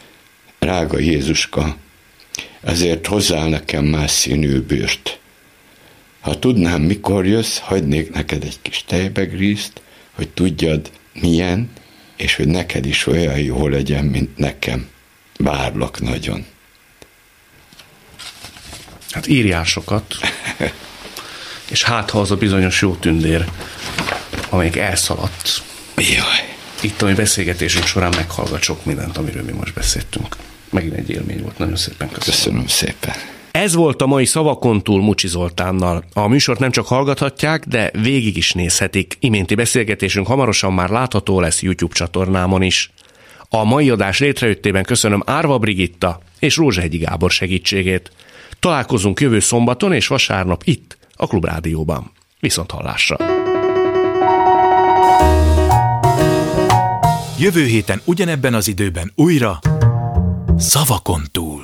Drága Jézuska, ezért hozzá nekem más színű bőrt. Ha tudnám, mikor jössz, hagynék neked egy kis tejbegrízt, hogy tudjad, milyen, és hogy neked is olyan jó legyen, mint nekem. Várlak nagyon. Hát írjál sokat, és hát ha az a bizonyos jó tündér, amelyik elszaladt, Jaj. itt a mi beszélgetésünk során meghallgat sok mindent, amiről mi most beszéltünk. Megint egy élmény volt, nagyon szépen köszönöm. Köszönöm szépen. Ez volt a mai Szavakon túl Mucsi Zoltánnal. A műsort nem csak hallgathatják, de végig is nézhetik. Iménti beszélgetésünk hamarosan már látható lesz YouTube csatornámon is. A mai adás létrejöttében köszönöm Árva Brigitta és Rózsahegyi Gábor segítségét. Találkozunk jövő szombaton és vasárnap itt, a Klubrádióban. Viszont hallásra! Jövő héten ugyanebben az időben újra Szavakon túl.